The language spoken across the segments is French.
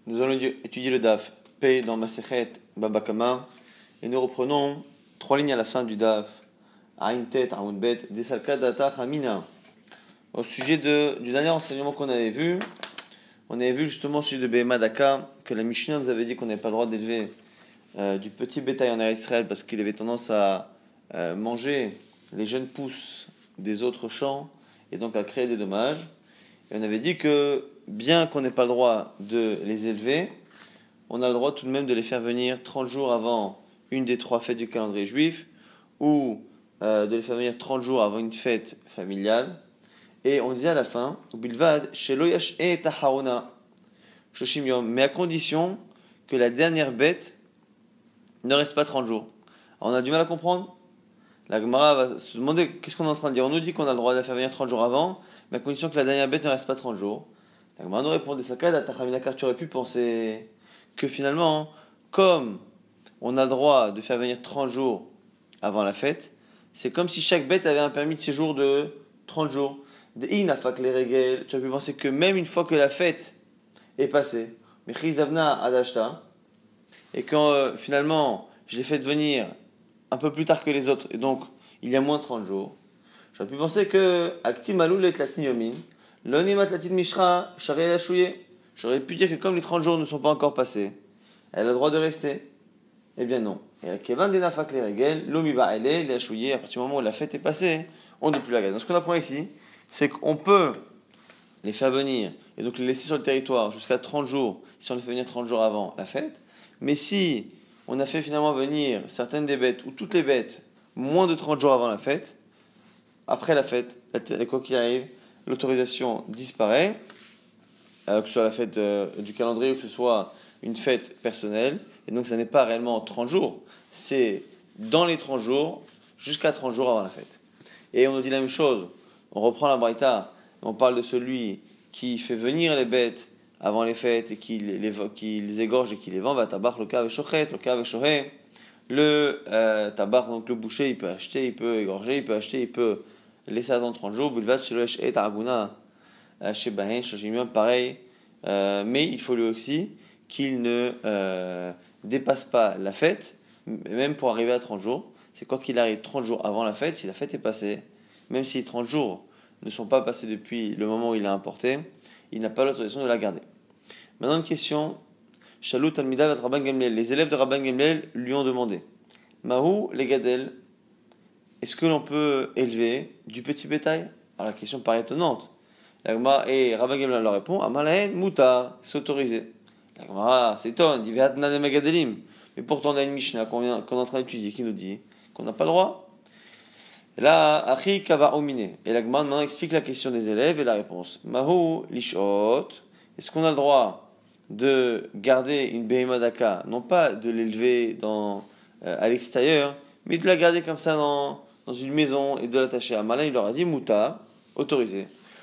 Nous allons étudier le DAF P dans Masechet Baba Kama et nous reprenons 3 lignes à la fin du DAF Ain Tet Aoun Bet Desalka Data Hamina. Au sujet du dernier enseignement qu'on avait vu, on avait vu justement au sujet de Behema Daka que la Mishnah nous avait dit qu'on n'avait pas le droit d'élever du petit bétail en Israël parce qu'il avait tendance à manger les jeunes pousses des autres champs et donc à créer des dommages. Et on avait dit que, bien qu'on n'ait pas le droit de les élever, on a le droit tout de même de les faire venir 30 jours avant une des 3 fêtes du calendrier juif, ou de les faire venir 30 jours avant une fête familiale. Et on disait à la fin, Bilvad, Shelo Yash'e Taharona, Shoshim Yom, mais à condition que la dernière bête ne reste pas 30 jours. Alors on a du mal à comprendre. La Gemara va se demander qu'est-ce qu'on est en train de dire. On nous dit qu'on a le droit de la faire venir 30 jours avant, mais à condition que la dernière bête ne reste pas 30 jours. La Gemara nous répond, tu aurais pu penser que finalement, comme on a le droit de faire venir 30 jours avant la fête, c'est comme si chaque bête avait un permis de séjour de 30 jours. Tu aurais pu penser que même une fois que la fête est passée, et quand finalement je l'ai fait venir un peu plus tard que les autres, et donc il y a moins de 30 jours, j'aurais pu penser que j'aurais pu dire que comme les 30 jours ne sont pas encore passés, elle a le droit de rester. Eh bien non. Et à partir du moment où la fête est passée, on ne peut plus la garder. Donc ce qu'on apprend ici, c'est qu'on peut les faire venir et donc les laisser sur le territoire jusqu'à 30 jours, si on les fait venir 30 jours avant la fête. Mais si on a fait finalement venir certaines des bêtes, ou toutes les bêtes, moins de 30 jours avant la fête, après la fête, quoi qu'il arrive, l'autorisation disparaît, que ce soit la fête du calendrier ou que ce soit une fête personnelle, et donc ça n'est pas réellement 30 jours, c'est dans les 30 jours, jusqu'à 30 jours avant la fête. Et on nous dit la même chose, on reprend la Braïta, on parle de celui qui fait venir les bêtes avant les fêtes et qui les égorge et qui les vend, va tabar le kav et shochet, le kav et shohet. Le tabar, donc le boucher, il peut acheter, il peut égorger, il peut acheter, il peut laisser attendre 30 jours. Bulvat shelosh et araguna chez Bahen, pareil. Mais il faut lui aussi qu'il ne dépasse pas la fête, même pour arriver à 30 jours. C'est quoi qu'il arrive 30 jours avant la fête, si la fête est passée, même si 30 jours ne sont pas passés depuis le moment où il l'a importé, il n'a pas l'autorisation de la garder. Maintenant une question. Shalut Talmida vat Rabban Gamliel. Les élèves de Rabban Gamliel lui ont demandé Mahou les gadel, est-ce que l'on peut élever du petit bétail? Alors la question paraît étonnante. La Gemara et Rabban Gamliel leur répond Amalahen muta, c'est autorisé. La Gemara s'étonne, dit Vehatna de Magadelim. Mais pourtant on a une Mishnah qu'on est en train d'étudier qui nous dit qu'on n'a pas le droit. Et là, Achi Kava Omine. Et la Gemara maintenant explique la question des élèves et la réponse. Mahou lishot, est-ce qu'on a le droit de garder une Behema Daka, non pas de l'élever à l'extérieur, mais de la garder comme ça dans une maison et de l'attacher à Malin, il leur a dit Mouta, autorisé.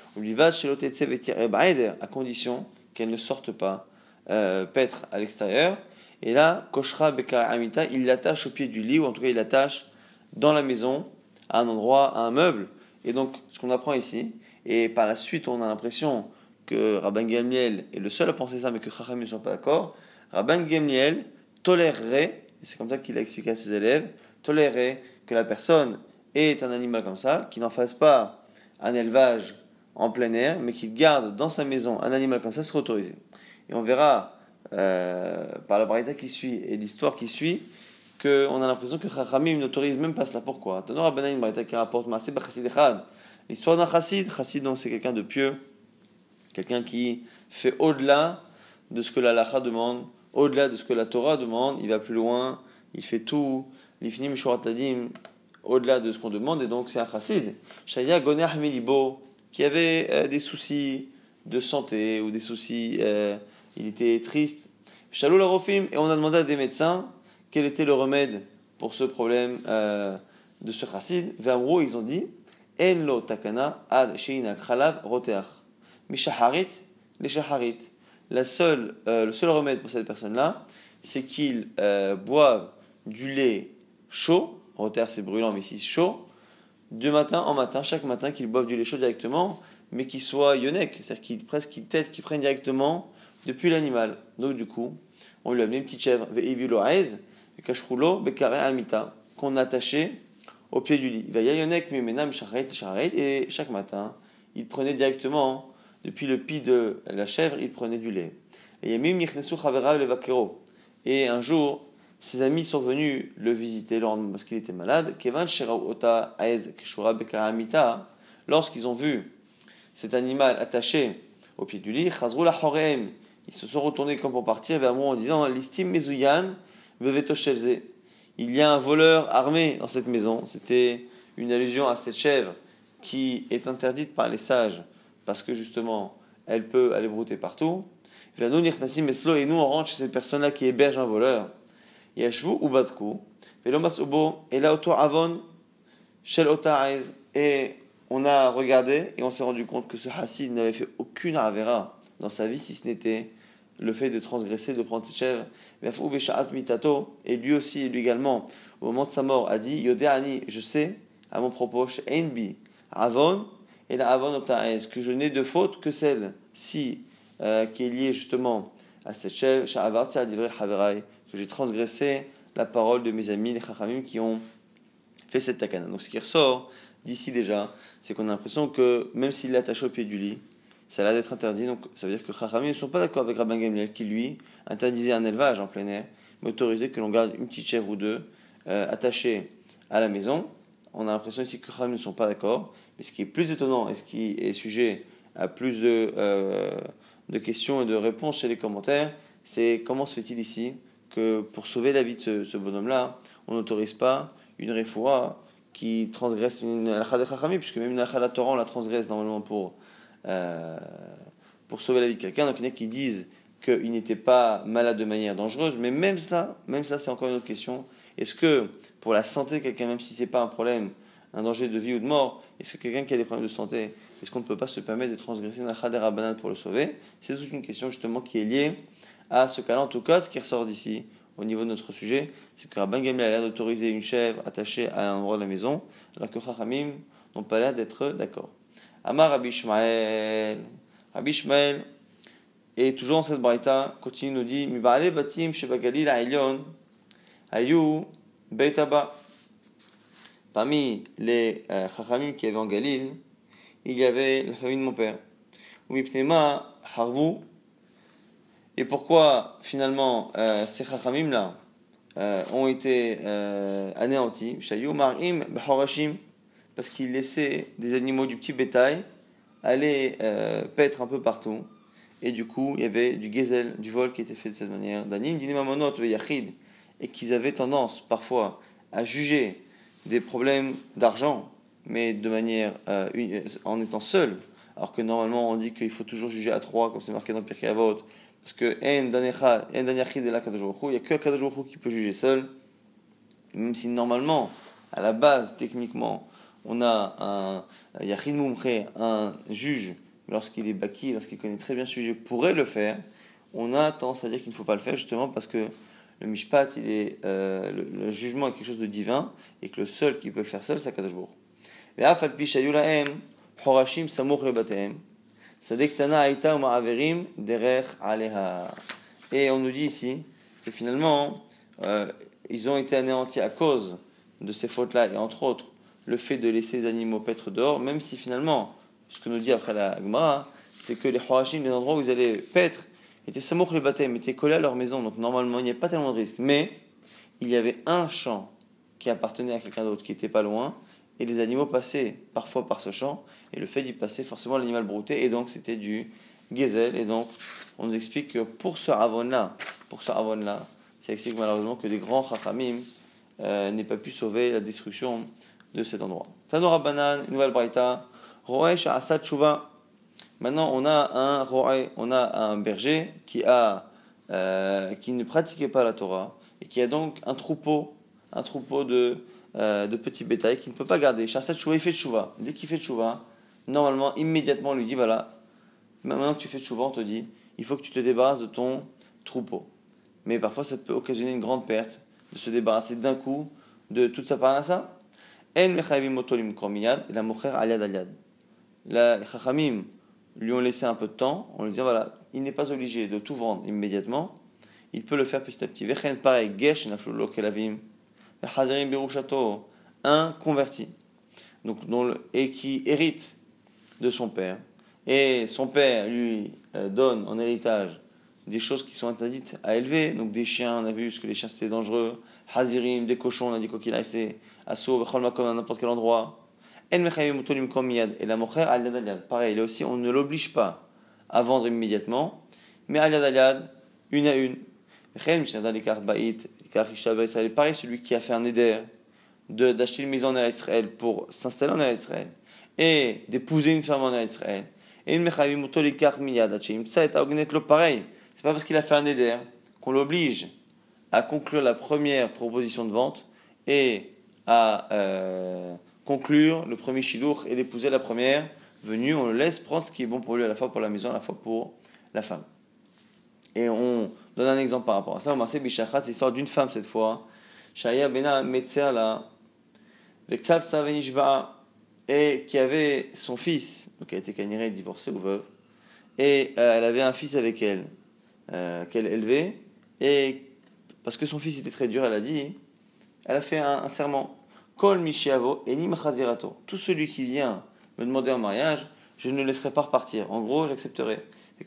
À condition qu'elle ne sorte pas paître à l'extérieur. Et là, Koshra Bekar Amita, il l'attache au pied du lit, ou en tout cas il l'attache dans la maison, à un endroit, à un meuble. Et donc, ce qu'on apprend ici, et par la suite on a l'impression que Rabban Gamliel est le seul à penser ça, mais que Chachamim ne sont pas d'accord, Rabban Gamliel tolérerait, et c'est comme ça qu'il a expliqué à ses élèves, tolérerait que la personne ait un animal comme ça, qui n'en fasse pas un élevage en plein air, mais qu'il garde dans sa maison un animal comme ça, serait autorisé. Et on verra par la braïta qui suit et l'histoire qui suit, qu'on a l'impression que Chachamim n'autorise même pas cela. Pourquoi? Tanor Rabbanan, une braïta qui rapporte Maaseh B'Chassid Echad, l'histoire d'un chassid. Chassid, donc, c'est quelqu'un de pieux, quelqu'un qui fait au-delà de ce que la Lacha demande, au-delà de ce que la Torah demande, il va plus loin, il fait tout, l'ifnim shoratadim, au-delà de ce qu'on demande, et donc c'est un chassid. Shaya goner milibo, qui avait des soucis de santé ou des soucis, il était triste. Shalou la rofim, et on a demandé à des médecins quel était le remède pour ce problème de ce chassid. V'amrou, ils ont dit, en lo takana ad sheina khalav roteach. Mishaharit, les shaharit. Le seul remède pour cette personne-là, c'est qu'ils boivent du lait chaud, roter c'est brûlant, mais ici chaud, de matin en matin, chaque matin, qu'ils boivent du lait chaud directement, mais qu'il soit yonek, c'est-à-dire qu'ils prennent directement depuis l'animal. Donc du coup, on lui a amené une petite chèvre, qu'on a attachée au pied du lit. Et chaque matin, il prenait directement, depuis le pied de la chèvre, il prenait du lait. Et un jour, ses amis sont venus le visiter parce qu'il était malade. Lorsqu'ils ont vu cet animal attaché au pied du lit, ils se sont retournés comme pour partir vers moi en disant Listim Mezouyan Beveto Shelze. Il y a un voleur armé dans cette maison. C'était une allusion à cette chèvre qui est interdite par les sages parce que justement elle peut aller brouter partout. Et nous on rentre chez cette personne-là qui héberge un voleur. Yashvu Ubadku, Velomas Ubo, et là autour Avon, Shel Ota Aiz. Et on a regardé et on s'est rendu compte que ce Hassid n'avait fait aucune avera dans sa vie si ce n'était le fait de transgresser, de prendre cette chèvre. Et lui aussi, et lui également, au moment de sa mort, a dit Yodeani, je sais, à mon propos, Enbi, Avon, et la Avon Otaez, que je n'ai de faute que celle-ci, qui est liée justement à cette chèvre, que j'ai transgressé la parole de mes amis, les Chachamim, qui ont fait cette takana. Donc ce qui ressort d'ici déjà, c'est qu'on a l'impression que même s'il est attaché au pied du lit, ça a l'air d'être interdit. Donc ça veut dire que Chachamim ne sont pas d'accord avec Rabban Gamliel qui lui interdisait un élevage en plein air, mais autorisait que l'on garde une petite chèvre ou deux attachées à la maison. On a l'impression ici que Chachamim ne sont pas d'accord. Mais ce qui est plus étonnant et ce qui est sujet à plus de questions et de réponses chez les commentaires, c'est comment se fait-il ici que pour sauver la vie de ce bonhomme-là, on n'autorise pas une refoua qui transgresse une halakha de Chachamim, puisque même une halakha de la Torah, on la transgresse normalement pour sauver la vie de quelqu'un. Donc il y en a qui disent qu'il n'était pas malade de manière dangereuse, mais même ça c'est encore une autre question. Est-ce que pour la santé de quelqu'un, même si ce n'est pas un problème, un danger de vie ou de mort, est-ce que quelqu'un qui a des problèmes de santé, est-ce qu'on ne peut pas se permettre de transgresser une halakha de Rabbanan pour le sauver? C'est toute une question justement qui est liée à ce cas-là. En tout cas, ce qui ressort d'ici, au niveau de notre sujet, c'est que Rabban Gamliel a l'air d'autoriser une chèvre attachée à un endroit de la maison, alors que Chachamim n'ont pas l'air d'être d'accord. Amar Rabbi Ishmael. Rabbi Ishmael, et toujours dans cette braïta, continue nous dit Miba'ale batim shebagalil ha'elyon hayu beit haba. Parmi les Chachamim qui avaient en Galil, il y avait la famille de mon père. Umipnema harbu. Et pourquoi finalement ces Chachamim là ont été anéantis? Shayu marim b'horashim, parce qu'ils laissaient des animaux du petit bétail aller paître un peu partout. Et du coup, il y avait du gezel, du vol qui était fait de cette manière. Danim dinemamonot yachid, et qu'ils avaient tendance parfois à juger des problèmes d'argent, mais de manière en étant seul, alors que normalement on dit qu'il faut toujours juger à trois, comme c'est marqué dans Pirkei Avot, parce que il n'y a que Kadosh Baruch Hu qui peut juger seul, même si normalement, à la base, techniquement, on a un Yachid Mumche, un juge, lorsqu'il est baki, lorsqu'il connaît très bien le sujet, pourrait le faire. On a tendance à dire qu'il ne faut pas le faire, justement parce que le mishpat, le jugement est quelque chose de divin, et que le seul qui peut le faire seul, c'est Kadosh Baruch Hu. Horashim samour le batem. Et on nous dit ici que finalement, ils ont été anéantis à cause de ces fautes-là, et entre autres, le fait de laisser les animaux paître dehors, même si finalement, ce que nous dit après la Gemara, c'est que les Horashim, les endroits où ils allaient paître, étaient samour le batem, étaient collés à leur maison, donc normalement, il n'y avait pas tellement de risque. Mais il y avait un champ qui appartenait à quelqu'un d'autre qui n'était pas loin, et les animaux passaient parfois par ce champ, et le fait d'y passer, forcément l'animal broutait, et donc c'était du gezel, et donc on nous explique que pour ce avon-là, ça explique malheureusement que des grands chachamim n'aient pas pu sauver la destruction de cet endroit. Tanora Banan, nouvelle braïta, Roesh Asad Chouva. Maintenant on a un berger qui ne pratiquait pas la Torah, et qui a donc un troupeau de petits bétail qu'il ne peut pas garder. Chassat Chouva, il fait Chouva. Dès qu'il fait Chouva, normalement, immédiatement, on lui dit voilà, maintenant que tu fais Chouva, on te dit il faut que tu te débarrasses de ton troupeau. Mais parfois, ça peut occasionner une grande perte de se débarrasser d'un coup de toute sa parnassa. En mechavim motolim kromiyad, la mocher aliad aliad. Les chachamim lui ont laissé un peu de temps, on lui dit voilà, il n'est pas obligé de tout vendre immédiatement. Il peut le faire petit à petit. Vechen pareil, Gesh naflulo kelavim, Hazarim berushato, un converti, donc et qui hérite de son père. Et son père lui donne en héritage des choses qui sont interdites à élever, donc des chiens, on a vu ce que les chiens c'était dangereux, Hazirim, des cochons, on a dit quoi qu'il a c'est assaut, Vechol makom à n'importe quel endroit. En mechayim utolim kom miyad, et la mocher al yad al yad. Pareil, là aussi on ne l'oblige pas à vendre immédiatement, mais al yad al yad, une à une. Pareil, celui qui a fait un éder d'acheter une maison en Eretz Israël pour s'installer en Eretz Israël et d'épouser une femme en Eretz Israël. Et une mechavim utolikar miyad achim tsaet aognet lo pareil. C'est pas parce qu'il a fait un éder qu'on l'oblige à conclure la première proposition de vente et à conclure le premier shilour et d'épouser la première venue. On le laisse prendre ce qui est bon pour lui à la fois pour la maison, à la fois pour la femme. Et on donne un exemple par rapport à ça. On marque Bishachat, c'est l'histoire d'une femme cette fois. Shaya bena metzeala vekavsa venishba, et qui avait son fils, donc elle était canirée, divorcée ou veuve, et elle avait un fils avec elle, qu'elle élevait, et parce que son fils était très dur, elle a dit, elle a fait un serment. Kol mishiavo enim chazirato. Tout celui qui vient me demander en mariage, je ne le laisserai pas repartir. En gros, j'accepterai.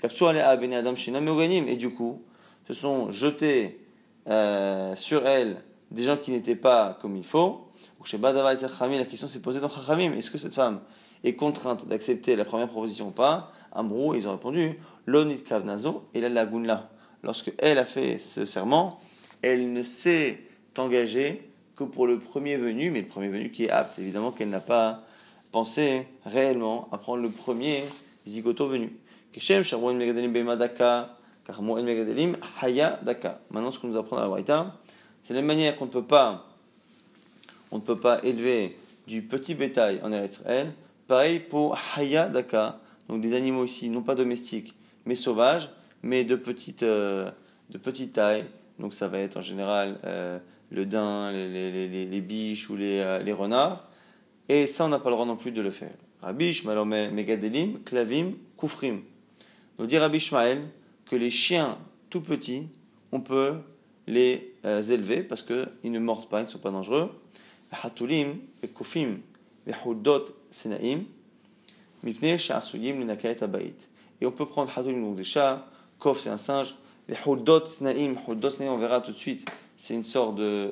Et du coup, se sont jetés sur elle des gens qui n'étaient pas comme il faut. La question s'est posée dans Chachamim, est-ce que cette femme est contrainte d'accepter la première proposition ou pas? Amrou, ils ont répondu, Lonit kavnazo et la lagunla. Lorsque elle a fait ce serment, elle ne s'est engagée que pour le premier venu, mais le premier venu qui est apte. Évidemment qu'elle n'a pas pensé réellement à prendre le premier zigoto venu. Keshem Shamoen Megadelim Bema Daka, car Moen Megadelim Haya Daka. Maintenant, ce que nous apprend à la Braïta, c'est la même manière qu'on ne peut pas élever du petit bétail en Eretz Israël. Pareil pour Haya Daka, donc des animaux ici, non pas domestiques, mais sauvages, mais de petite taille. Donc ça va être en général le daim, les biches ou les renards. Et ça, on n'a pas le droit non plus de le faire. Rabbi Ishmael Megadelim, Klavim, Kufrim. Nous dit Rabbi Ishmael que les chiens tout petits, on peut les élever parce qu'ils ne mordent pas, ils ne sont pas dangereux. Hatulim, Kufim, Hudot, Senaim, Mipne, Sha'asuyim, Linaka et Abaït. Et on peut prendre Hatulim, donc des chats, Kof, c'est un singe, Hudot, Senaim, on verra tout de suite, c'est une sorte de.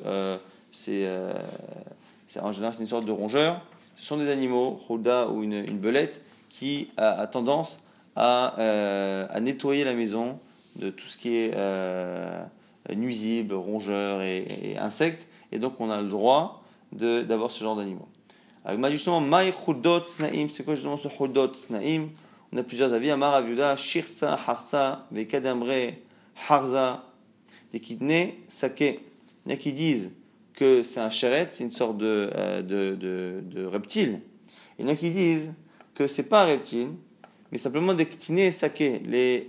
En général, c'est une sorte de rongeur. Ce sont des animaux, Houda ou une belette, qui a tendance à nettoyer la maison de tout ce qui est nuisible, rongeur et insectes. Et donc, on a le droit d'avoir ce genre d'animaux. Alors, justement, Maï Houdot Snaim, c'est quoi justement ce Houdot Snaim? On a plusieurs avis. Amar Aviuda, Shirsa, Harsa, Vekadambre, Harza, des kidney, Sake. Il y en a qui disent que c'est un chéret, c'est une sorte de reptile. Il y en a qui disent que c'est pas un reptile, mais simplement des ktinés saké. Les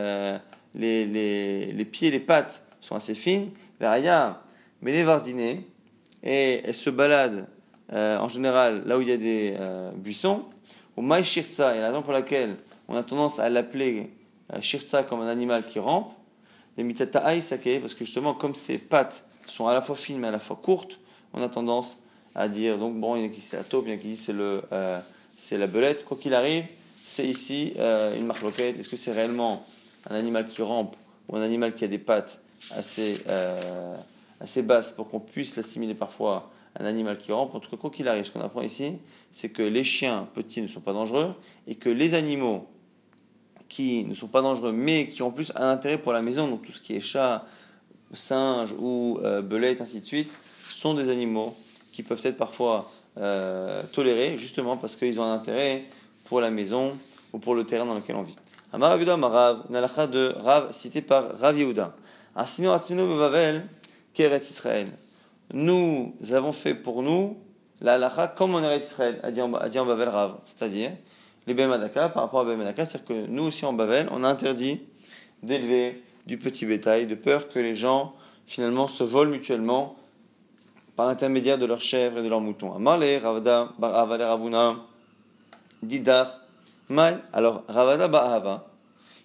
pieds, les pattes sont assez fines. Veraya, mais les vardinés, et elles se baladent en général là où il y a des buissons. Ou maï shirsa, et la raison pour laquelle on a tendance à l'appeler shirsa comme un animal qui rampe. Des mitataï saké, parce que justement, comme ses pattes sont à la fois fines mais à la fois courtes, on a tendance à dire, donc bon, il y en a qui disent c'est la taupe, il y en a qui disent c'est la belette. Quoi qu'il arrive, c'est ici une marloquette. Est-ce que c'est réellement un animal qui rampe ou un animal qui a des pattes assez basses pour qu'on puisse l'assimiler parfois à un animal qui rampe? En tout cas, quoi qu'il arrive, ce qu'on apprend ici, c'est que les chiens petits ne sont pas dangereux et que les animaux qui ne sont pas dangereux mais qui ont plus un intérêt pour la maison, donc tout ce qui est chat, singes ou belettes, ainsi de suite, sont des animaux qui peuvent être parfois tolérés, justement parce qu'ils ont un intérêt pour la maison ou pour le terrain dans lequel on vit. Amar Rav Yehuda Marav, une halakha de Rav cité par Rav Yehuda. Asino asmino bevavel keretz Israël. Nous avons fait pour nous la halakha comme en Eretz Israël, a dit en Bavel Rav, c'est-à-dire les Bemadaka par rapport à Bemadaka, c'est-à-dire que nous aussi en Bavel, on a interdit d'élever du petit bétail, de peur que les gens finalement se volent mutuellement par l'intermédiaire de leurs chèvres et de leurs moutons. Amarle, Ravada, Barava, Ravuna, Didar, Mal. Alors, Ravada, Barava,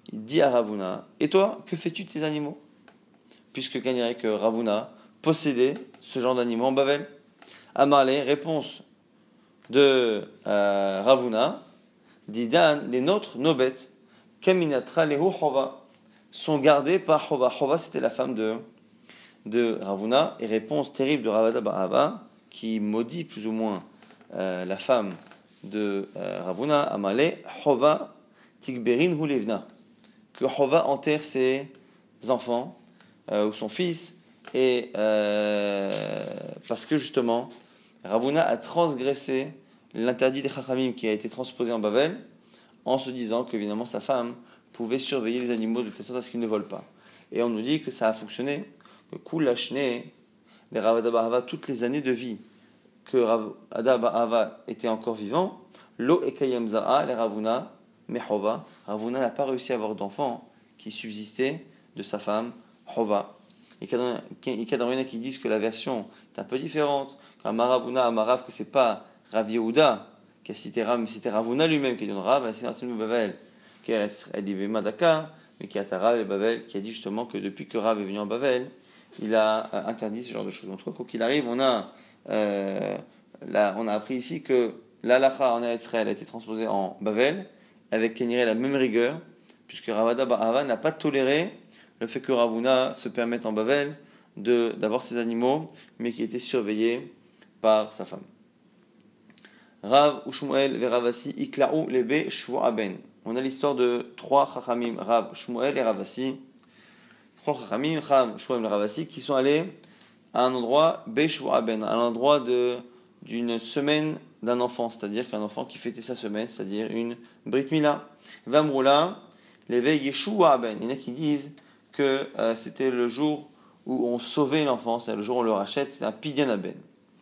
il dit à Ravuna, et toi, que fais-tu de tes animaux? Puisque qu'on dirait que Ravuna possédait ce genre d'animaux en Bavel. Amarlé, réponse de Ravuna, dit Dan, les nôtres, nos bêtes, Kaminatra lehu Hova, sont gardés par Hova. Hova, c'était la femme de Ravuna, et réponse terrible de Ravada Baraba, qui maudit plus ou moins la femme de Ravuna, Amalé, Hova, Tikberin Hulevna, que Hova enterre ses enfants, ou son fils, et parce que justement, Ravuna a transgressé l'interdit des Chachamim qui a été transposé en Bavel, en se disant qu'évidemment sa femme pouvait surveiller les animaux de telle sorte à ce qu'ils ne volent pas. Et on nous dit que ça a fonctionné, que Kulashne, des Ravada Bahava, toutes les années de vie que Ravada Bahava était encore vivant, Lo Ekayem Za'a, les Ravuna, Mehova, Ravuna n'a pas réussi à avoir d'enfants qui subsistaient de sa femme, Hova. Et qu'il y en a qui disent que la version est un peu différente, quand Maravuna Amarav, que c'est pas Rav Yehuda qui a cité Rav, mais c'était Ravuna lui-même qui a dit Rav, c'est un de Bavel, qui a dit Madaka, mais qui a Rav et Bavel, qui a dit justement que depuis que Rav est venu en Bavel, il a interdit ce genre de choses. En tout cas, quoi qu'il arrive, on a appris ici que l'Alacha en Israël a été transposée en Bavel, avec Keniré la même rigueur, puisque Ravada Bahava n'a pas toléré le fait que Ravuna se permette en Bavel d'avoir ses animaux, mais qui étaient surveillés par sa femme. Rav Ushmuel Veravasi Iklaou Lebe Shvuaben. On a l'histoire de trois Chachamim, Rav, Shmuel et Ravasi. Trois Chachamim, Rav, Shmuel et Ravasi, qui sont allés à un endroit Be Shvuaben, à l'endroit d'une semaine d'un enfant, c'est-à-dire qu'un enfant qui fêtait sa semaine, c'est-à-dire une Brit Mila. Vamroula, Leve Yeshuaben. Il y en a qui disent que c'était le jour où on sauvait l'enfant, c'est-à-dire le jour où on le rachète, c'est un Pidyan Aben.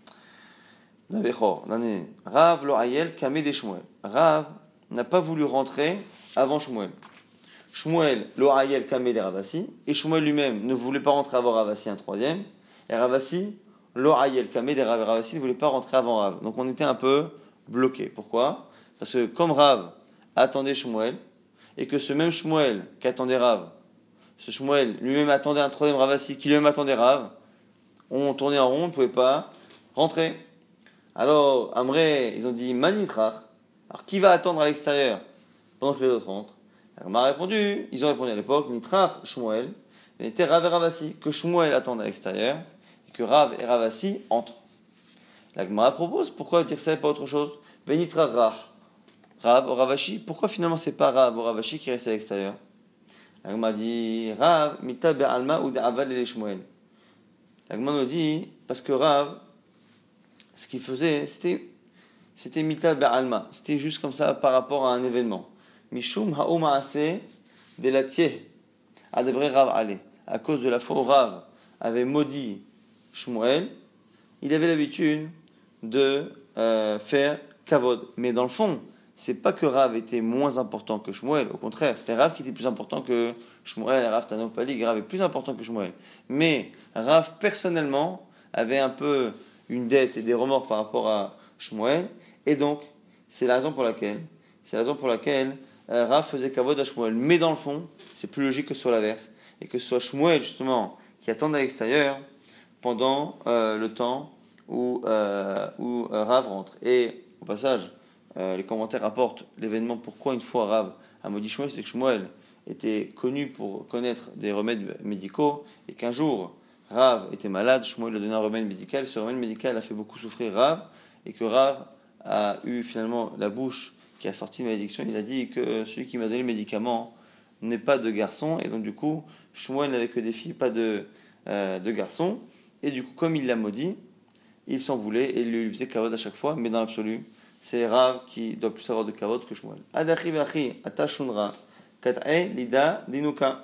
Rav lo ayel kamé de Shmuel. Rav n'a pas voulu rentrer avant Shmuel. Shmuel lo ayel kamé de Ravasi, et Shmuel lui-même ne voulait pas rentrer avant Ravasi un troisième, et Ravasi lo ayel kamé de Rav, Ravasi ne voulait pas rentrer avant Rav. Donc on était un peu bloqué. Pourquoi? Parce que comme Rav attendait Shmuel, et que ce même Shmuel qui attendait Rav, ce Shmuel lui-même attendait un troisième Ravasi qui lui-même attendait Rav, on tournait en rond, on ne pouvait pas rentrer. Alors, Amré, ils ont dit Manitrach. Alors, qui va attendre à l'extérieur pendant que les autres rentrent? Alors, m'a répondu, ils ont répondu à l'époque Nitrach, Shmuel, et était Rav et Ravasi, que Shmuel attende à l'extérieur et que Rav et Ravasi entrent. La Gemara propose pourquoi dire ça et pas autre chose? Venitrach Rach, Rav ou Ravashi, pourquoi finalement c'est pas Rav ou Ravashi qui reste à l'extérieur? La Gemara dit Rav, Mita Be'alma ou De'aval et Shmuel. La Gemara nous dit parce que Rav, ce qu'il faisait, c'était mita ba'alma. C'était juste comme ça par rapport à un événement. Mishum ha'uma'ase delatieh adevre Rav ale. À cause de la fois où Rav avait maudit Shmuel, il avait l'habitude de faire kavod. Mais dans le fond, c'est pas que Rav était moins important que Shmuel. Au contraire, c'était Rav qui était plus important que Shmuel. Rav Tanopali, Rav est plus important que Shmuel. Mais Rav personnellement avait un peu une dette et des remords par rapport à Shmuel, et donc c'est la raison pour laquelle Rav faisait kavod à Shmuel. Mais dans le fond, c'est plus logique que ce soit l'inverse, et que ce soit Shmuel justement qui attende à l'extérieur pendant le temps où Rav rentre. Et au passage, les commentaires rapportent l'événement pourquoi une fois Rav a maudit Shmuel, c'est que Shmuel était connu pour connaître des remèdes médicaux, et qu'un jour Rav était malade, Shmuel lui a donné un remède médical. Ce remède médical a fait beaucoup souffrir Rav, et que Rav a eu finalement la bouche qui a sorti une malédiction. Il a dit que celui qui m'a donné le médicament n'est pas de garçon, et donc du coup, Shmuel n'avait que des filles, pas de garçons. Et du coup, comme il l'a maudit, il s'en voulait et il lui faisait kavod à chaque fois, mais dans l'absolu, c'est Rav qui doit plus avoir de kavod que Shmuel. Adachi vachi atashunra kat'e lida dinuka.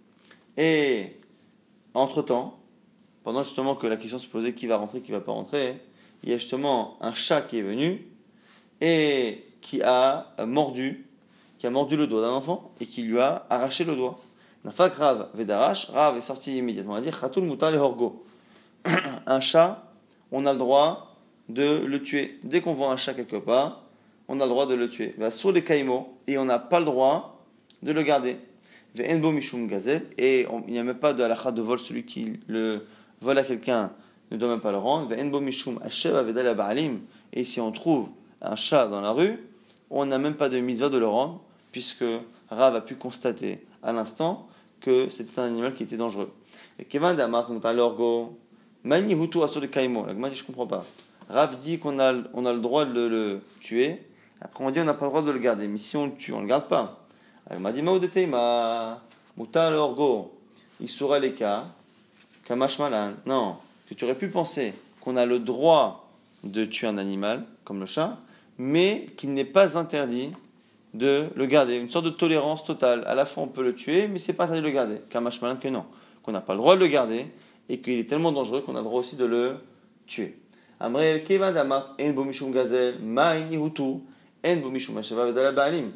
Et entre-temps, pendant justement que la question se posait qui va rentrer, qui va pas rentrer, il y a justement un chat qui est venu et qui a mordu le doigt d'un enfant et qui lui a arraché le doigt. Nafak Rav Vedarash, Rav est sorti immédiatement. On va dire Khatul Mutar le Horgo. Un chat, on a le droit de le tuer. Dès qu'on voit un chat quelque part, on a le droit de le tuer. Va sur les caïmos et on n'a pas le droit de le garder. ve'en bo mishum gazel, et il n'y a même pas de halakha de vol, celui qui le vole à quelqu'un ne doit même pas le rendre, ve'en bo mishum hashev avedal ba'alim, et si on trouve un chat dans la rue, on n'a même pas de mitzvah de le rendre, puisque Rav a pu constater à l'instant que c'était un animal qui était dangereux. Et Kevin Damar, on a l'orgo, Mani Hutu Asur de Kaimo. La Gemara dit, je comprends pas. Rav dit qu'on a le droit de le tuer. Après, on dit on n'a pas le droit de le garder. Mais si on le tue, on ne le garde pas. La Gemara dit, Maudete, ma Muta l'orgo, il sera les cas, Kamash Malan. Non, que tu aurais pu penser qu'on a le droit de tuer un animal, comme le chat, mais qu'il n'est pas interdit de le garder. Une sorte de tolérance totale. À la fois, on peut le tuer, mais c'est pas interdit de le garder. Kamash Malan que non. Qu'on n'a pas le droit de le garder et qu'il est tellement dangereux qu'on a le droit aussi de le tuer. Amre Keva Dama en bomishum gazel ma'ini hutu en bomishum hashava vedala ba'alim.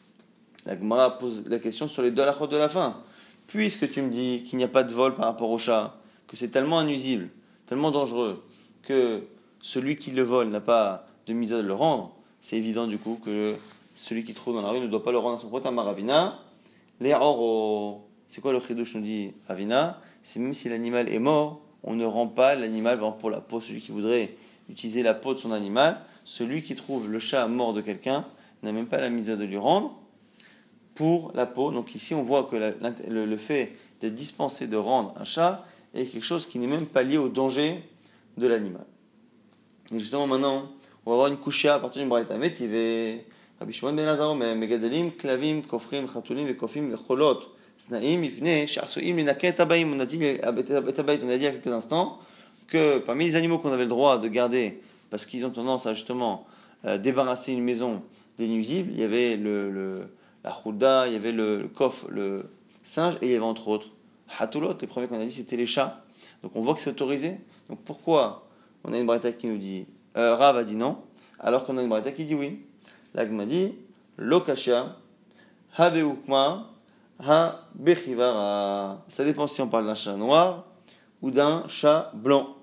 La Gemara pose la question sur les deux halachot de la fin. Puisque tu me dis qu'il n'y a pas de vol par rapport au chat, que c'est tellement inuisible, tellement dangereux, que celui qui le vole n'a pas de mise à le rendre, c'est évident du coup que celui qui trouve dans la rue ne doit pas le rendre à son prochain maravina. Les oro, c'est quoi le chidouche nous dit Ravina? C'est même si l'animal est mort, on ne rend pas l'animal pour la peau. Celui qui voudrait utiliser la peau de son animal, celui qui trouve le chat mort de quelqu'un n'a même pas la mise à de lui rendre pour la peau. Donc ici on voit que le fait d'être dispensé de rendre un chat est quelque chose qui n'est même pas lié au danger de l'animal. Et justement maintenant, on va avoir une couchia à partir d'une braïta métivée. Rabbi Shimon ben Lazaro, megadelim, klavim, kofrim, chatulim, vekofim, vecholot, snaim, mipne, sharsoim, linake, tabaim. On a dit, on a dit il y a quelques instants que parmi les animaux qu'on avait le droit de garder, parce qu'ils ont tendance à justement débarrasser une maison des nuisibles, il y avait la chouda, il y avait le kof, le singe, et il y avait entre autres hatulot. Les premiers qu'on a dit c'était les chats. Donc on voit que c'est autorisé. Donc pourquoi on a une braïta qui nous dit Rav a dit non, alors qu'on a une braïta qui dit oui. L'agma dit Lokashia, Habeukma, Ha Bechivara. Ça dépend si on parle d'un chat noir ou d'un chat blanc.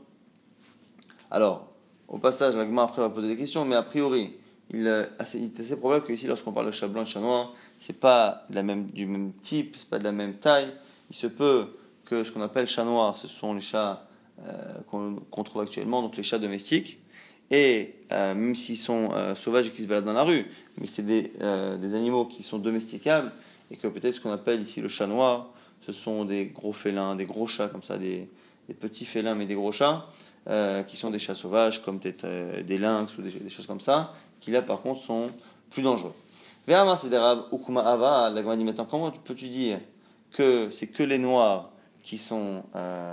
Alors, au passage, l'agma après va poser des questions, mais a priori, il est assez probable que ici, lorsqu'on parle de chat blanc et de chat noir, c'est pas du même type, c'est pas de la même taille. Il se peut que ce qu'on appelle chat noir, ce sont les chats qu'on trouve actuellement, donc les chats domestiques. Et même s'ils sont sauvages et qui se baladent dans la rue, mais c'est des animaux qui sont domesticables, et que peut-être ce qu'on appelle ici le chat noir, ce sont des gros félins, des gros chats comme ça, des petits félins mais des gros chats, qui sont des chats sauvages, comme peut-être des lynx ou des choses comme ça, qui là par contre sont plus dangereux. Ve'amar sederab ukuma ava, la Gemara dit maintenant, comment peux-tu dire que c'est que les noirs qui sont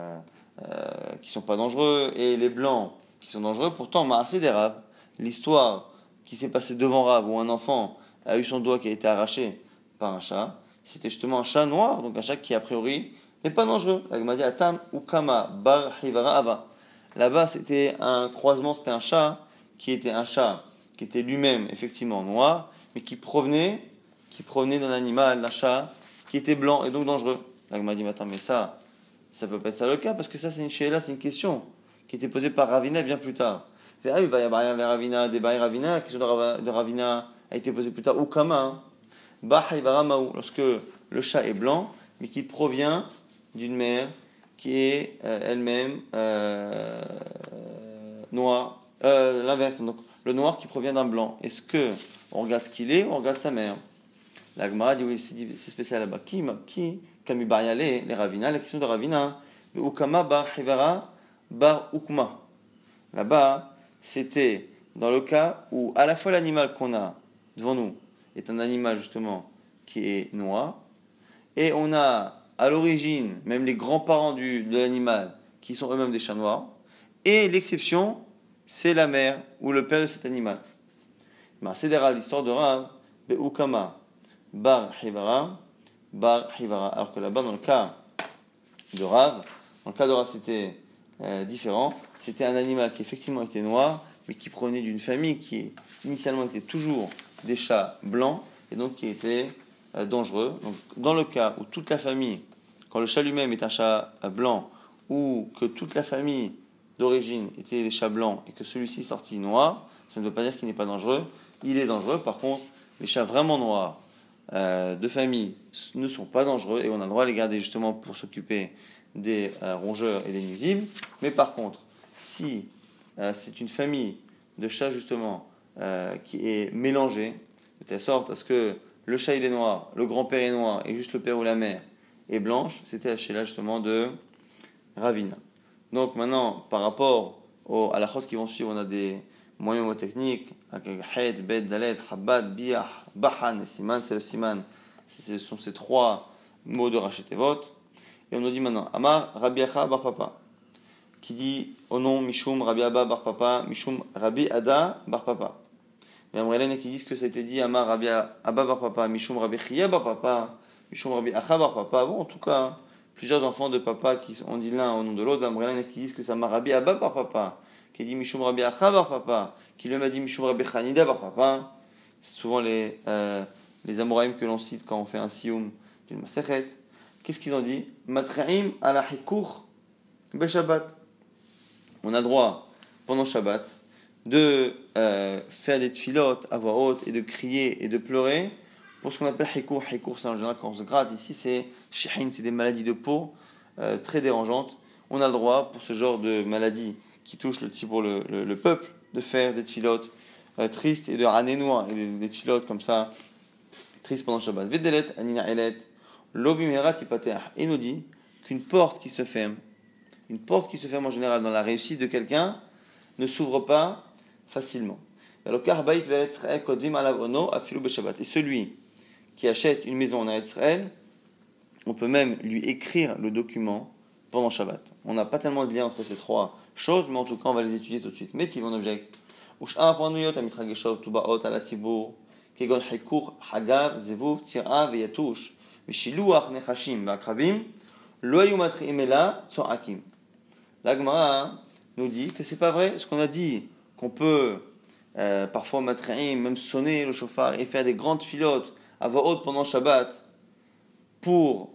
pas dangereux et les blancs qui sont dangereux? Pourtant, Maaseh des Rav, l'histoire qui s'est passée devant Rav, où un enfant a eu son doigt qui a été arraché par un chat, c'était justement un chat noir, donc un chat qui a priori n'est pas dangereux. La Gemara dit Atam Ukama Bar Hivara Ava. Là-bas, c'était un croisement, c'était un chat qui était lui-même effectivement noir, mais qui provenait d'un animal, d'un chat qui était blanc et donc dangereux. La Gemara dit attends, mais ça peut pas être ça le cas, parce que ça c'est une question qui était posée par Ravina bien plus tard. Ah oui, Ravina, la question de Ravina a été posée plus tard. Ukama, lorsque le chat est blanc, mais qui provient d'une mère qui est elle-même noire. L'inverse, donc le noir qui provient d'un blanc. Est-ce que on regarde ce qu'il est ou on regarde sa mère? La Gemara dit oui, c'est spécial là-bas. Qui Kami Baryale, les Ravina, la question de Ravina, Ukama bar Hivara bar Ukma. Là-bas, c'était dans le cas où à la fois l'animal qu'on a devant nous est un animal justement qui est noir, et on a à l'origine même les grands-parents de l'animal qui sont eux-mêmes des chats noirs, et l'exception, c'est la mère ou le père de cet animal. C'est l'histoire de Rav, Ukama bar Hivara, alors que là-bas dans le cas de Rav, c'était différent. C'était un animal qui effectivement était noir, mais qui provenait d'une famille qui initialement était toujours des chats blancs, et donc qui était dangereux. Donc, dans le cas où toute la famille, quand le chat lui-même est un chat blanc, ou que toute la famille d'origine était des chats blancs, et que celui-ci est sorti noir, ça ne veut pas dire qu'il n'est pas dangereux. Il est dangereux. Par contre, les chats vraiment noirs, de famille ne sont pas dangereux et on a le droit de les garder justement pour s'occuper des rongeurs et des nuisibles. Mais par contre, si c'est une famille de chats justement qui est mélangée, de telle sorte à ce que le chat il est noir, le grand-père est noir et juste le père ou la mère est blanche, c'était la Sheila justement de Ravina. Donc maintenant, par rapport à la chôte qui vont suivre, on a des moyens mnémotechniques, Hed, Bet, Dalet, Chabad, Biah, Bahan et Siman, c'est le Siman. Ce sont ces trois mots de Rachetevot. Et on nous dit maintenant, Amar Rabbi Acha Bar Papa, qui dit au nom Mishum Rabbi Abba Bar Papa, Mishum Rabbi Ada Bar Papa. Mais Amrelen qui disent que ça a été dit Amar Rabbi Abba Bar Papa, Mishum Rabbi Chia Bar Papa, Mishum Rabbi Acha Bar Papa. Bon, en tout cas, plusieurs enfants de papa qui ont dit l'un au nom de l'autre. Amrelen qui disent que c'est Amar Rabbi Abba Bar Papa, qui dit Mishum Rabbi Acha Bar Papa, qui lui a dit Mishum Rabbi Chanida Bar Papa. C'est souvent les Amoraïm que l'on cite quand on fait un sioum d'une Masechet. Qu'est-ce qu'ils ont dit? Matraim ala hikour be Shabbat. On a droit, pendant Shabbat, de faire des tfilotes à voix haute et de crier et de pleurer pour ce qu'on appelle hikour. Hikour, c'est en général quand on se gratte. Ici, c'est shihin, c'est des maladies de peau très dérangeantes. On a le droit, pour ce genre de maladies qui touchent le peuple, de faire des tfilotes tristes et de ranénois et des tfilotes comme ça, tristes pendant Shabbat. Vedelet, anina elet. Et nous dit qu'une porte qui se ferme, en général dans la réussite de quelqu'un, ne s'ouvre pas facilement. Et celui qui achète une maison en Israël, on peut même lui écrire le document pendant Shabbat. On n'a pas tellement de lien entre ces trois choses, mais en tout cas on va les étudier tout de suite. Mais si on objecte, כגון חיכוך, חגב, זיבוב, צירעה ויתוש, ושילוח נחשים ועקרבים, לא היו מתחילים אלא צועקים. La Gemara nous dit que c'est pas vrai ce qu'on a dit, qu'on peut parfois matraim, même sonner le chauffard et faire des grandes filotes à voix haute pendant Shabbat pour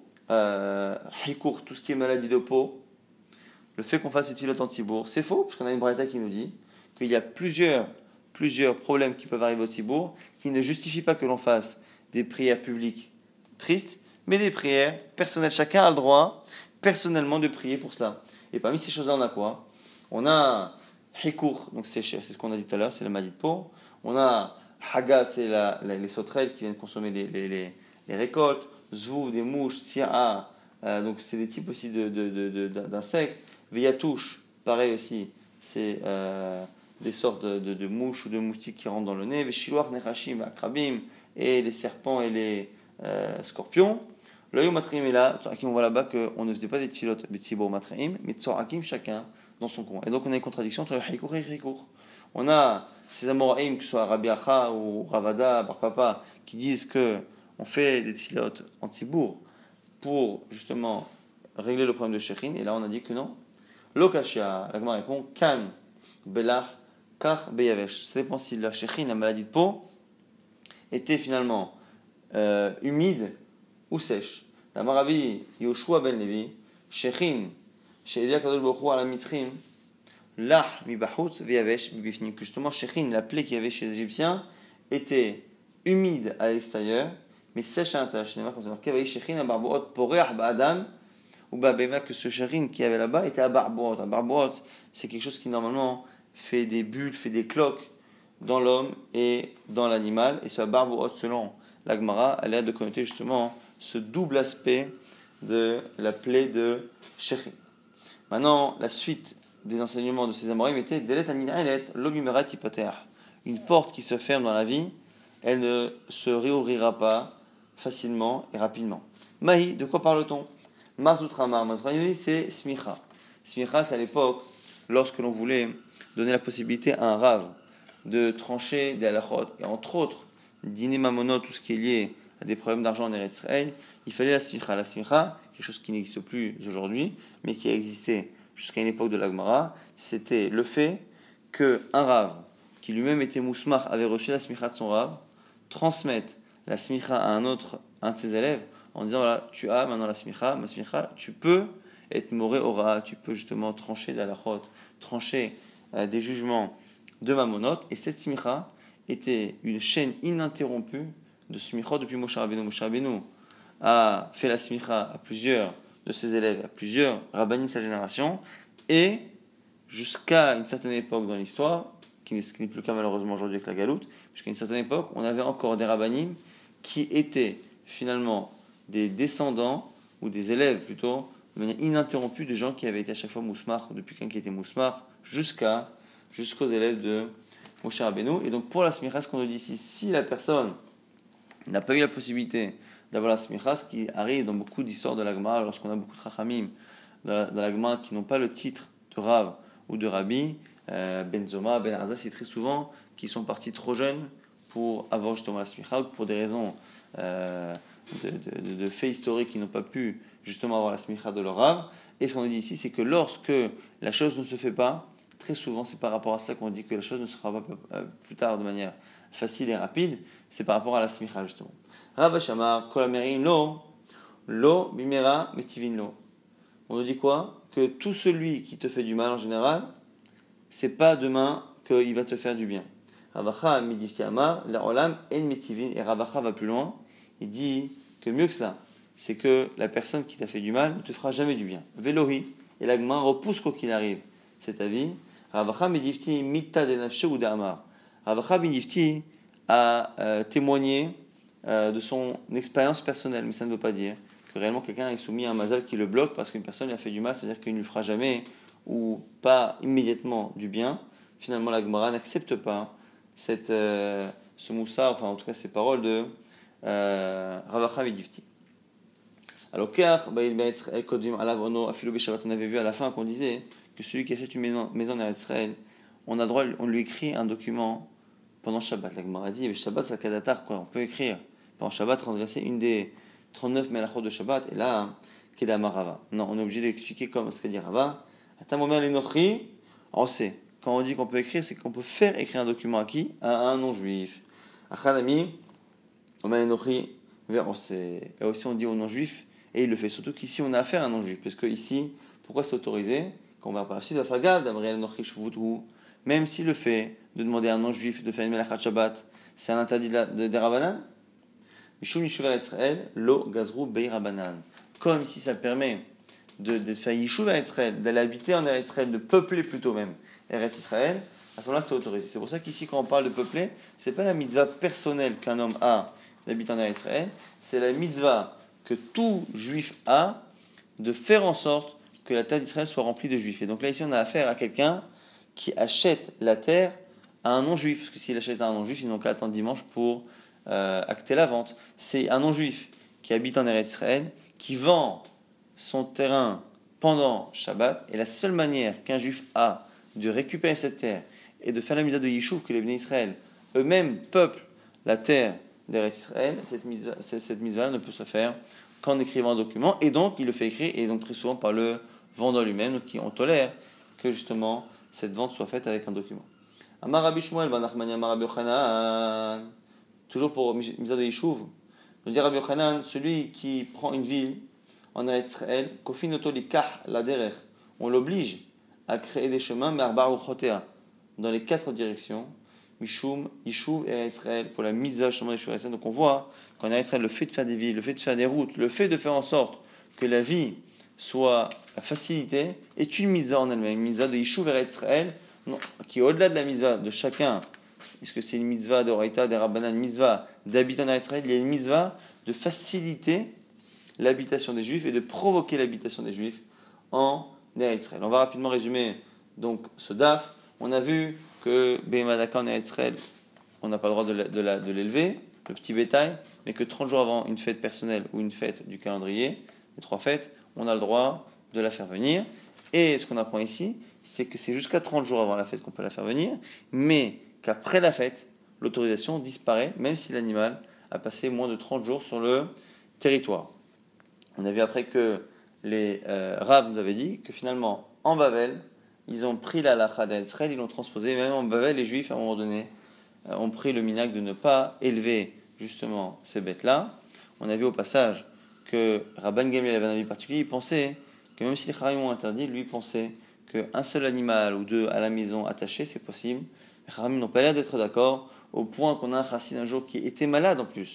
hikour, tout ce qui est maladie de peau. Le fait qu'on fasse ces filotes en tibour, c'est faux, parce qu'on a une braïta qui nous dit qu'il y a plusieurs problèmes qui peuvent arriver au tibour qui ne justifient pas que l'on fasse des prières publiques tristes, mais des prières personnelles. Chacun a le droit, personnellement, de prier pour cela. Et parmi ces choses-là, on a quoi? On a hikour, donc c'est ce qu'on a dit tout à l'heure, c'est la maladie de peau. On a haga, c'est les sauterelles qui viennent consommer les récoltes. Zvouv, des mouches. Tsi'a, donc c'est des types aussi d'insectes. Veyatouche, pareil aussi, c'est des sortes de mouches ou de moustiques qui rentrent dans le nez. Veshiloach, nechashim, akrabim, et les serpents et les scorpions. L'œil matrim est là, on voit là-bas qu'on ne faisait pas des tfilotes betsibour matrim, mais tsorakim chacun dans son coin. Et donc on a une contradiction entre le hikour et le hikour. On a ces amoraïm, que ce soit Rabbi Acha ou Ravada, Bar Papa, qui disent que on fait des tfilotes en tzibour pour justement régler le problème de Shechin, et là on a dit que non. Lokashia, la Gemara répond Kan, Belach, Kach, Beyavesh. Ça dépend si la Shechin, la maladie de peau, était finalement humide ou sèche. Rabbi Yoshua ben Levi, Shechin, She'evia Kadosh Baruch Hu ala Mitzrim, Lach mi bachutz Beyavesh mi bifnim. Que justement Shechin, la plaie qu'il y avait chez les Égyptiens, était humide à l'extérieur, mais sèche à l'intérieur. Comme c'est marqué, Vaï Shechin, à Barboot, Poreach Ba'adam, ou Ba'abema, que ce Shechin qui avait là-bas était à Barboot. À Barboot, c'est quelque chose qui normalement fait des bulles, fait des cloques dans l'homme et dans l'animal. Et ce Barboot, selon la Gemara, elle a de connoter justement ce double aspect de la plaie de Shechin. Maintenant, la suite des enseignements de ces amorim était Delet anina elet lobimerat ipater. Une porte qui se ferme dans la vie, elle ne se réouvrira pas facilement et rapidement. Mahi, de quoi parle-t-on? Marzutramar, c'est smicha. Smicha, c'est à l'époque, lorsque l'on voulait donner la possibilité à un rave de trancher des halachot, et entre autres, dîner mamonot, tout ce qui est lié à des problèmes d'argent en Eretz Israël, il fallait la smicha. La smicha, quelque chose qui n'existe plus aujourd'hui, mais qui a existé jusqu'à une époque de l'Agmara, c'était le fait qu'un rave, qui lui-même était mousmach, avait reçu la smicha de son rave, transmette la smicha à un de ses élèves, en disant, voilà, tu as maintenant la smicha, ma smicha, tu peux être moré ora, tu peux justement trancher d'alachot, trancher des jugements de mamonot, et cette smicha était une chaîne ininterrompue de smichot depuis Moshe Rabbeinu. Moshe Rabbeinu a fait la smicha à plusieurs de ses élèves, à plusieurs rabbanim de sa génération, et jusqu'à une certaine époque dans l'histoire, ce qui n'est plus le cas malheureusement aujourd'hui avec la galoute, jusqu'à une certaine époque, on avait encore des rabbanim qui étaient finalement des descendants, ou des élèves plutôt, de manière ininterrompue de gens qui avaient été à chaque fois mousmar, depuis quelqu'un qui était mousmar, jusqu'aux élèves de Moshe Rabbeinu. Et donc pour la smicha, ce qu'on nous dit ici, si la personne n'a pas eu la possibilité d'avoir la smicha, ce qui arrive dans beaucoup d'histoires de la Gemara, lorsqu'on a beaucoup de rachamim dans la Gemara qui n'ont pas le titre de Rav ou de Rabbi, Ben Zoma, Ben Arza, c'est très souvent qu'ils sont partis trop jeunes pour avoir justement la smicha, ou pour des raisons de faits historiques qui n'ont pas pu justement avoir la smicha de leur Rav. Et ce qu'on dit ici, c'est que lorsque la chose ne se fait pas, très souvent c'est par rapport à cela qu'on dit que la chose ne se fera pas plus tard de manière facile et rapide, c'est par rapport à la smicha justement. Rav Shamar, Kol Amerim lo bimera metivin lo. On nous dit quoi? Que tout celui qui te fait du mal en général, c'est pas demain qu'il va te faire du bien. Ravacha midifti amar la olam en metivin, et Ravacha va plus loin, il dit que mieux que cela, c'est que la personne qui t'a fait du mal ne te fera jamais du bien. Velohi, et la Gemara repousse quoi qu'il arrive cet avis. Ravacha midifti mitta de nafshe ou d'amar. Ravacha midifti a témoigné de son expérience personnelle, mais ça ne veut pas dire que réellement quelqu'un est soumis à un mazal qui le bloque parce qu'une personne lui a fait du mal, c'est-à-dire qu'il ne lui fera jamais ou pas immédiatement du bien. Finalement, la Gemara n'accepte pas ce moussa, enfin en tout cas ces paroles de Ravacha Midifti. Alors, on avait vu à la fin qu'on disait que celui qui achète une maison en Israël, on a le droit, on lui écrit un document pendant Shabbat. La Gemara dit, mais Shabbat c'est Kadatar, quoi. On peut écrire pendant Shabbat, transgresser une des 39 melachot de Shabbat, et là, Kedama Rava. Non, on est obligé d'expliquer comme ce qu'a dit Rava. On sait. Quand on dit qu'on peut écrire, c'est qu'on peut faire écrire un document à qui? À un non-juif. Achanami, on sait. Et aussi on dit au non-juif, et il le fait. Surtout qu'ici on a affaire à un non-juif. Parce que ici, pourquoi c'est autorisé? Quand on va par la suite, même si le fait de demander à un non-juif de faire une melachat Shabbat, c'est un interdit des Rabanan. Comme ici ça permet de faire Yishuv à Israël, d'aller habiter en Eretz Israël, de peupler plutôt même Eretz Israël, à ce moment-là c'est autorisé. C'est pour ça qu'ici quand on parle de peupler, c'est pas la mitzvah personnelle qu'un homme a d'habiter en Eretz Israël, c'est la mitzvah que tout juif a de faire en sorte que la terre d'Israël soit remplie de juifs. Et donc là ici on a affaire à quelqu'un qui achète la terre à un non-juif, parce que s'il achète à un non-juif, ils n'ont qu'à attendre dimanche pour acter la vente. C'est un non-juif qui habite en Eretz Israël, qui vend son terrain pendant Shabbat, et la seule manière qu'un juif a de récupérer cette terre et de faire la mitzvah de Yishuv, que les Bnei Israël eux-mêmes peuplent la terre d'Eretz Israël, cette mitzvah ne peut se faire qu'en écrivant un document, et donc il le fait écrire, et donc très souvent par le vendeur lui-même, donc on tolère que justement cette vente soit faite avec un document. Amar Rabbi Shmuel ben Nachmani Amar Rabbi Yochanan, toujours pour mitzvah de Yishuv, nous dit Rabbi Yochanan, celui qui prend une ville en Eretz Israël, kofin oto likach la derech, on l'oblige à créer des chemins, merbar ou chotea, dans les 4 directions, Mishum, Yishuv et Eretz Israël, pour la mitzvah justement de Yishuv. Donc on voit qu'en Eretz Israël, le fait de faire des villes, le fait de faire des routes, le fait de faire en sorte que la vie soit facilitée, est une mitzvah en elle-même, une mitzvah de Yishuv et Eretz Israël, qui est au-delà de la mitzvah de chacun. Est-ce que c'est une mitzvah de Horaïta, des Rabbanan, une mitzvah d'habiter en Eretz Israël? Il y a une mitzvah de faciliter l'habitation des Juifs et de provoquer l'habitation des Juifs en Eretz Israël. On va rapidement résumer donc ce daf. On a vu que Behemadaka en Eretz Israël, on n'a pas le droit de l'élever, le petit bétail, mais que 30 jours avant une fête personnelle ou une fête du calendrier, les 3 fêtes, on a le droit de la faire venir. Et ce qu'on apprend ici, c'est que c'est jusqu'à 30 jours avant la fête qu'on peut la faire venir, mais qu'après la fête, l'autorisation disparaît, même si l'animal a passé moins de 30 jours sur le territoire. On a vu après que les Rav nous avaient dit que finalement, en Babel, ils ont pris la halakha d'Israël, ils l'ont transposé. Même en Babel, les Juifs, à un moment donné, ont pris le minhag de ne pas élever justement ces bêtes-là. On a vu au passage que Rabban Gamliel avait un avis particulier. Il pensait que même si les Chachamim ont interdit, lui pensait qu'un seul animal ou 2 à la maison attaché, c'est possible. Les Chachamim n'ont pas l'air d'être d'accord, au point qu'on a un chassid un jour qui était malade en plus.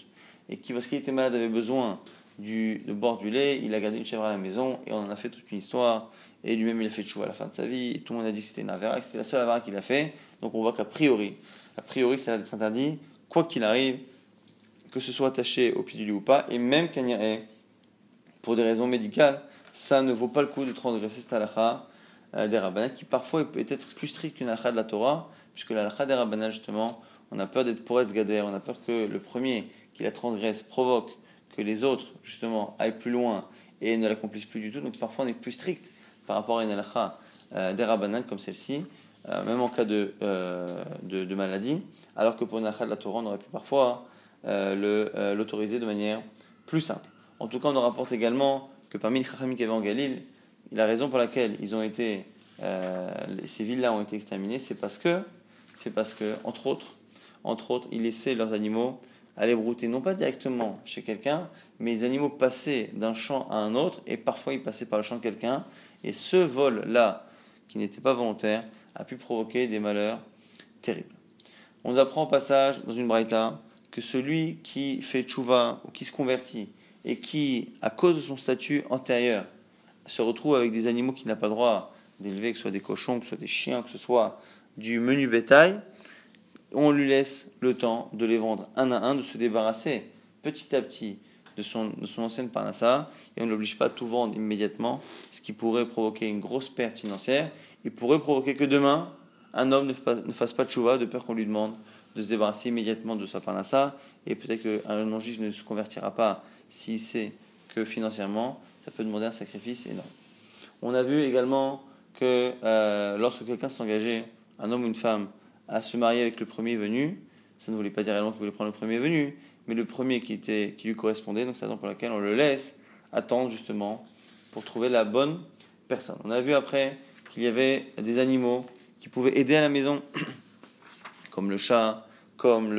et qui, parce qu'il était malade, avait besoin de boire du lait, il a gardé une chèvre à la maison et on en a fait toute une histoire. Et lui-même, il a fait tchouva à la fin de sa vie. Et tout le monde a dit que c'était une avera, que c'était la seule avera qu'il a fait. Donc on voit qu'a priori, ça a d'être interdit, quoi qu'il arrive, que ce soit attaché au pied du lit ou pas, et même qu'un est pour des raisons médicales, ça ne vaut pas le coup de transgresser cette halakha des rabbanan, qui parfois peut être plus strict qu'une halakha de la Torah, puisque la halakha des rabbanan, justement, on a peur d'être poretz gader, on a peur que le premier qui la transgresse provoque que les autres, justement, aillent plus loin et ne l'accomplissent plus du tout. Donc parfois on est plus strict par rapport à une halakha des rabbanan comme celle-ci, même en cas de maladie, alors que pour une halakha de la Torah, on aurait pu parfois l'autoriser de manière plus simple. En tout cas, on nous rapporte également que parmi les Chachamim qui avaient en Galil, la raison pour laquelle ces villes-là ont été exterminées, c'est parce que, entre autres, ils laissaient leurs animaux aller brouter, non pas directement chez quelqu'un, mais les animaux passaient d'un champ à un autre, et parfois ils passaient par le champ de quelqu'un, et ce vol-là, qui n'était pas volontaire, a pu provoquer des malheurs terribles. On nous apprend au passage, dans une braïta, que celui qui fait tchouva, ou qui se convertit, et qui, à cause de son statut antérieur, se retrouve avec des animaux qu'il n'a pas droit d'élever, que ce soit des cochons, que ce soit des chiens, que ce soit du menu bétail, on lui laisse le temps de les vendre un à un, de se débarrasser petit à petit de son ancienne parnassa, et on ne l'oblige pas à tout vendre immédiatement, ce qui pourrait provoquer une grosse perte financière, et pourrait provoquer que demain, un homme ne fasse pas de tchouva, de peur qu'on lui demande de se débarrasser immédiatement de sa parnassa, et peut-être qu'un non-juif ne se convertira pas s'il sait que financièrement, ça peut demander un sacrifice énorme. On a vu également que lorsque quelqu'un s'engageait, un homme ou une femme, à se marier avec le premier venu, ça ne voulait pas dire réellement qu'il voulait prendre le premier venu, mais le premier qui lui correspondait, donc c'est la raison pour laquelle on le laisse attendre justement pour trouver la bonne personne. On a vu après qu'il y avait des animaux qui pouvaient aider à la maison, comme le chat, comme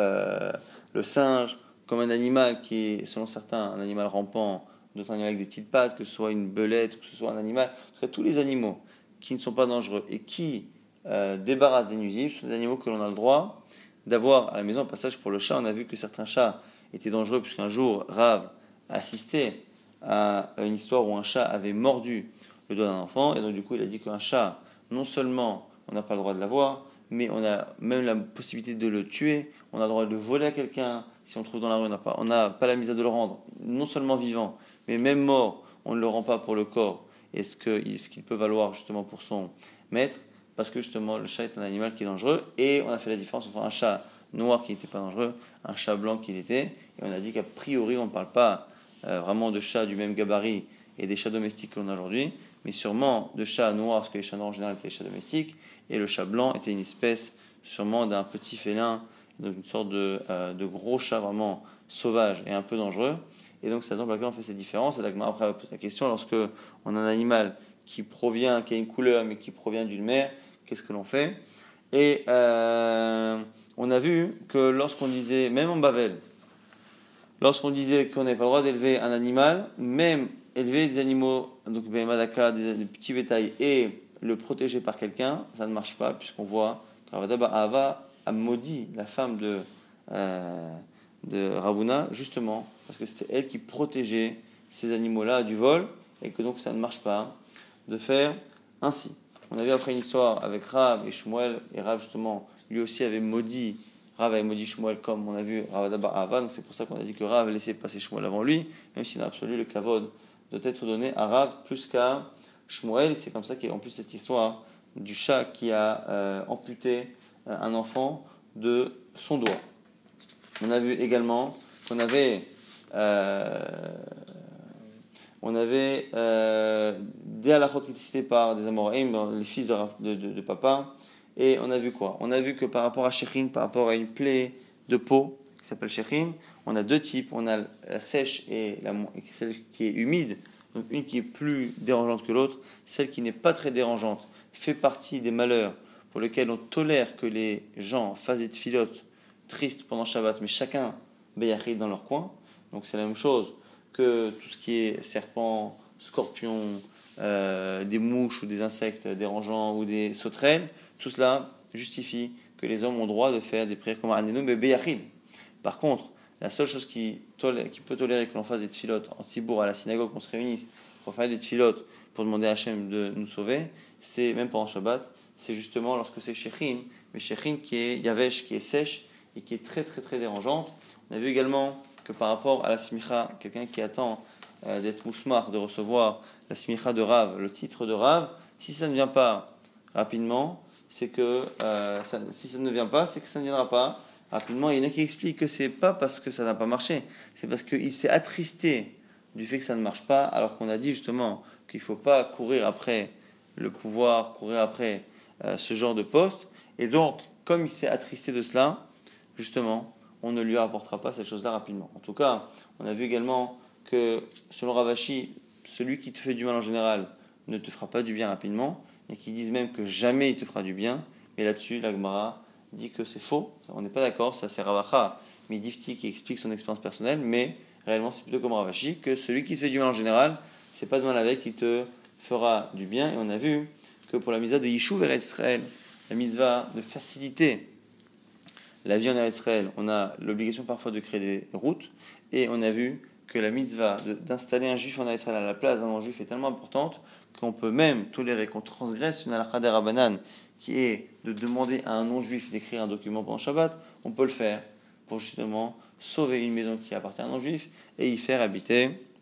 le singe, comme un animal qui est, selon certains, un animal rampant, d'autres animaux avec des petites pattes, que ce soit une belette, que ce soit un animal. En tout cas, tous les animaux qui ne sont pas dangereux et qui débarrassent des nuisibles sont des animaux que l'on a le droit d'avoir à la maison. Au passage, pour le chat, on a vu que certains chats étaient dangereux, puisqu'un jour, Rav a assisté à une histoire où un chat avait mordu le doigt d'un enfant, et donc du coup, il a dit qu'un chat, non seulement on n'a pas le droit de l'avoir, mais on a même la possibilité de le tuer, on a le droit de le voler à quelqu'un, si on le trouve dans la rue, on n'a pas la misère de le rendre, non seulement vivant, mais même mort, on ne le rend pas pour le corps, et ce qu'il peut valoir justement pour son maître, parce que justement le chat est un animal qui est dangereux, et on a fait la différence entre un chat noir qui n'était pas dangereux, un chat blanc qui l'était, et on a dit qu'a priori on ne parle pas vraiment de chats du même gabarit et des chats domestiques que l'on a aujourd'hui, mais sûrement de chats noirs, parce que les chats noirs en général étaient des chats domestiques, et le chat blanc était une espèce sûrement d'un petit félin, donc une sorte de gros chat vraiment sauvage et un peu dangereux. Et donc c'est la raison pour laquelle on fait cette différence. Et là, après, on pose la question, lorsque on a un animal qui a une couleur, mais qui provient d'une mère, qu'est-ce que l'on fait? Et on a vu que lorsqu'on disait, même en Bavel, lorsqu'on disait qu'on n'avait pas le droit d'élever un animal, même élever des animaux, donc des petits bétails, et le protéger par quelqu'un, ça ne marche pas, puisqu'on voit qu'Ava a maudit la femme de Ravuna, justement, parce que c'était elle qui protégeait ces animaux-là du vol, et que donc ça ne marche pas de faire ainsi. On a vu après une histoire avec Rav et Shmuel, et Rav justement, lui aussi Rav avait maudit Shmuel comme on a vu Rav d'abord Ava, donc c'est pour ça qu'on a dit que Rav avait laissé passer Shmuel avant lui, même si dans l'absolu le kavod doit être donné à Rav plus qu'à Shmuel, et c'est comme ça qu'il y a en plus cette histoire du chat qui a amputé un enfant de son doigt. On a vu également qu'on avait des halakhot qui étaient cités par des amoraïm, les fils de papa. Et on a vu quoi? On a vu que par rapport à Shekhin, par rapport à une plaie de peau qui s'appelle Shekhin, on a deux types. On a la sèche et celle qui est humide. Donc une qui est plus dérangeante que l'autre. Celle qui n'est pas très dérangeante fait partie des malheurs pour lesquels on tolère que les gens fassent des tfilotes tristes pendant Shabbat, mais chacun béyachid dans leur coin. Donc c'est la même chose que tout ce qui est serpent, scorpion, des mouches ou des insectes dérangeants ou des sauterelles, tout cela justifie que les hommes ont droit de faire des prières comme Anenu mais Beyachid. Par contre, La seule chose qui peut tolérer que l'on fasse des tfilotes en Tzibour à la synagogue, qu'on se réunisse pour faire des tfilotes pour demander à Hachem de nous sauver, c'est même pas en Shabbat, c'est justement lorsque c'est Shechin, mais Shechin qui est Yavesh, qui est sèche et qui est très très très dérangeante. On a vu également que par rapport à la smicha, quelqu'un qui attend d'être mousmar, de recevoir la smicha de Rav, le titre de Rav, si ça ne vient pas rapidement, c'est que si ça ne vient pas, c'est que ça ne viendra pas rapidement. Il y en a qui expliquent que c'est pas parce que ça n'a pas marché, c'est parce qu'il s'est attristé du fait que ça ne marche pas, alors qu'on a dit justement qu'il ne faut pas courir après le pouvoir, courir après ce genre de poste. Et donc, comme il s'est attristé de cela, justement, on ne lui apportera pas cette chose-là rapidement. En tout cas, on a vu également que, selon Ravashi, celui qui te fait du mal en général ne te fera pas du bien rapidement, et qui disent même que jamais il te fera du bien. Mais là-dessus, la Gemara dit que c'est faux. On n'est pas d'accord, ça c'est Ravacha Midifti qui explique son expérience personnelle, mais réellement c'est plutôt comme Ravashi, que celui qui te fait du mal en général, c'est pas de mal avec qui te fera du bien. Et on a vu que pour la mitzvah de Yishuv Eretz Israël, la mitzvah de faciliter la vie en Eretz Israël, on a l'obligation parfois de créer des routes, et on a vu que la mitzvah d'installer un juif en Eretz Israël à la place d'un non-juif est tellement importante qu'on peut même tolérer qu'on transgresse une halakha des Rabbanan qui est de demander à un non-juif d'écrire un document pendant Shabbat. On peut le faire pour justement sauver une maison qui appartient à un non-juif et y faire habiter